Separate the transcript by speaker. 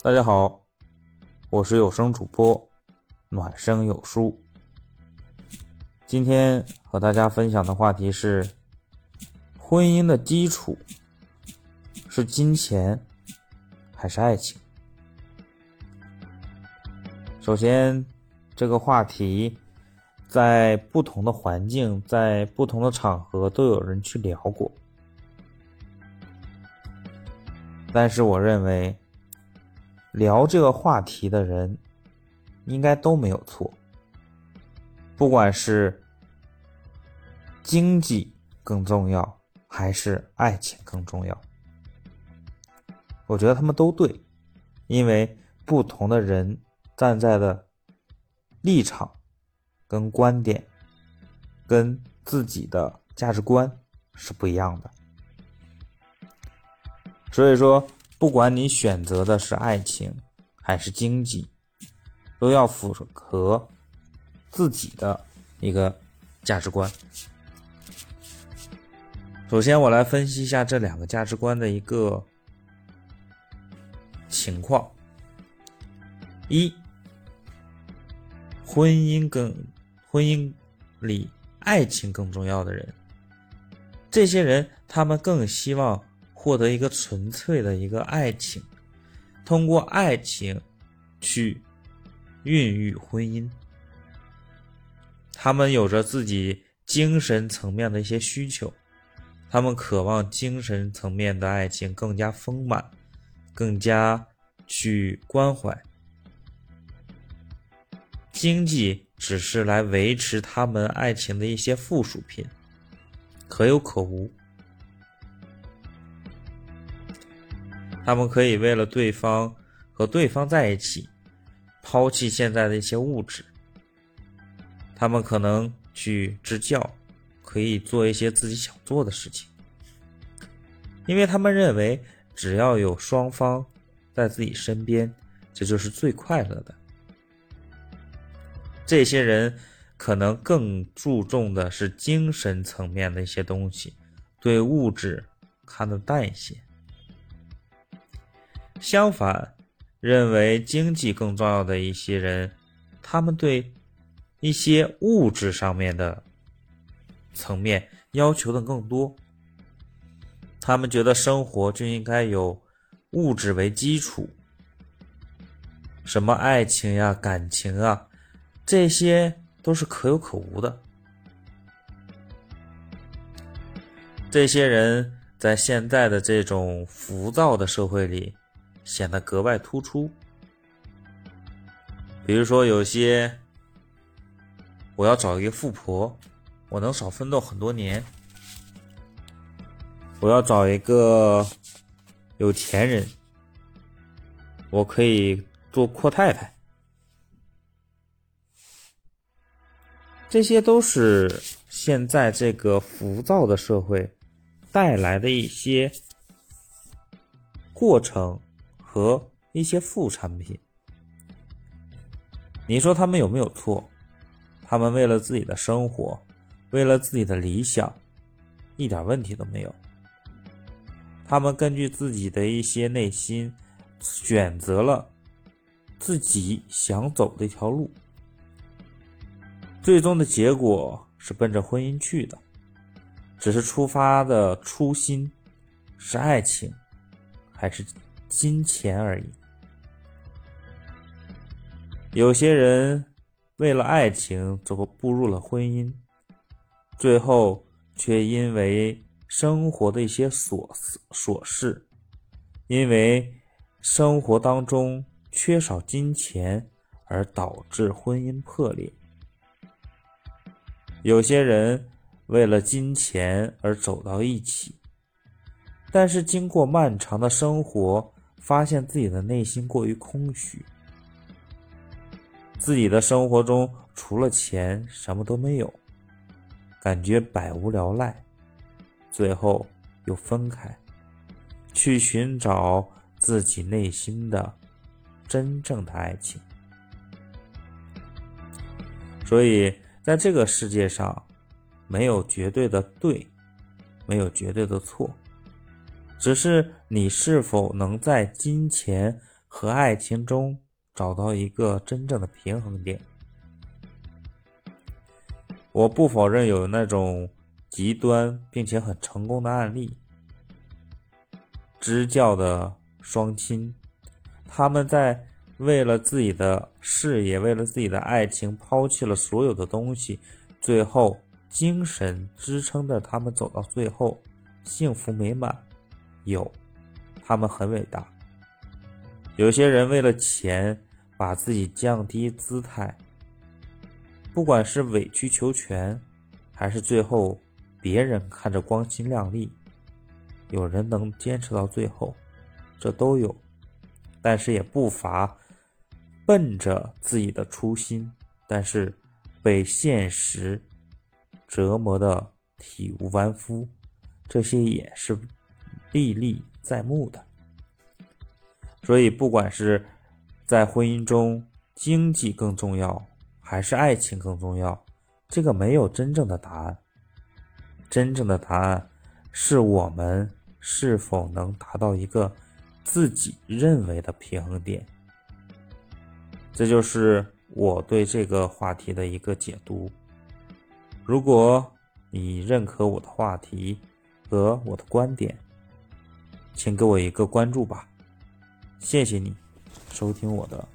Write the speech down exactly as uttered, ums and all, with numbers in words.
Speaker 1: 大家好，我是有声主播暖声有书。今天和大家分享的话题是：婚姻的基础是金钱还是爱情？首先，这个话题在不同的环境，在不同的场合都有人去聊过，但是我认为聊这个话题的人应该都没有错，不管是经济更重要还是爱情更重要，我觉得他们都对，因为不同的人站在的立场跟观点跟自己的价值观是不一样的，所以说不管你选择的是爱情还是经济，都要符合自己的一个价值观。首先我来分析一下这两个价值观的一个情况。一，婚姻更婚姻里爱情更重要的人，这些人他们更希望获得一个纯粹的一个爱情，通过爱情去孕育婚姻。他们有着自己精神层面的一些需求，他们渴望精神层面的爱情更加丰满，更加去关怀。经济只是来维持他们爱情的一些附属品，可有可无。他们可以为了对方和对方在一起，抛弃现在的一些物质。他们可能去支教，可以做一些自己想做的事情，因为他们认为只要有双方在自己身边，这就是最快乐的。这些人可能更注重的是精神层面的一些东西，对物质看得淡一些。相反，认为经济更重要的一些人，他们对一些物质上面的层面要求的更多。他们觉得生活就应该有物质为基础，什么爱情呀、感情啊，这些都是可有可无的。这些人在现在的这种浮躁的社会里显得格外突出。比如说有些，我要找一个富婆，我能少奋斗很多年。我要找一个有钱人，我可以做阔太太。这些都是现在这个浮躁的社会带来的一些过程和一些副产品。你说他们有没有错？他们为了自己的生活，为了自己的理想，一点问题都没有。他们根据自己的一些内心，选择了自己想走的一条路，最终的结果是奔着婚姻去的，只是出发的初心是爱情还是金钱而已。有些人为了爱情走步入了婚姻，最后却因为生活的一些琐琐事，因为生活当中缺少金钱而导致婚姻破裂。有些人为了金钱而走到一起，但是经过漫长的生活，发现自己的内心过于空虚，自己的生活中除了钱什么都没有，感觉百无聊赖，最后又分开，去寻找自己内心的真正的爱情。所以在这个世界上，没有绝对的对，没有绝对的错，只是你是否能在金钱和爱情中找到一个真正的平衡点。我不否认有那种极端并且很成功的案例，支教的双亲，他们在为了自己的事业，为了自己的爱情，抛弃了所有的东西，最后精神支撑着他们走到最后，幸福美满。有，他们很伟大。有些人为了钱，把自己降低姿态，不管是委曲求全，还是最后别人看着光鲜亮丽，有人能坚持到最后，这都有。但是也不乏奔着自己的初心，但是被现实折磨的体无完肤，这些也是历历在目的。所以不管是在婚姻中，经济更重要还是爱情更重要，这个没有真正的答案。真正的答案是我们是否能达到一个自己认为的平衡点。这就是我对这个话题的一个解读。如果你认可我的话题和我的观点，请给我一个关注吧。谢谢你收听我的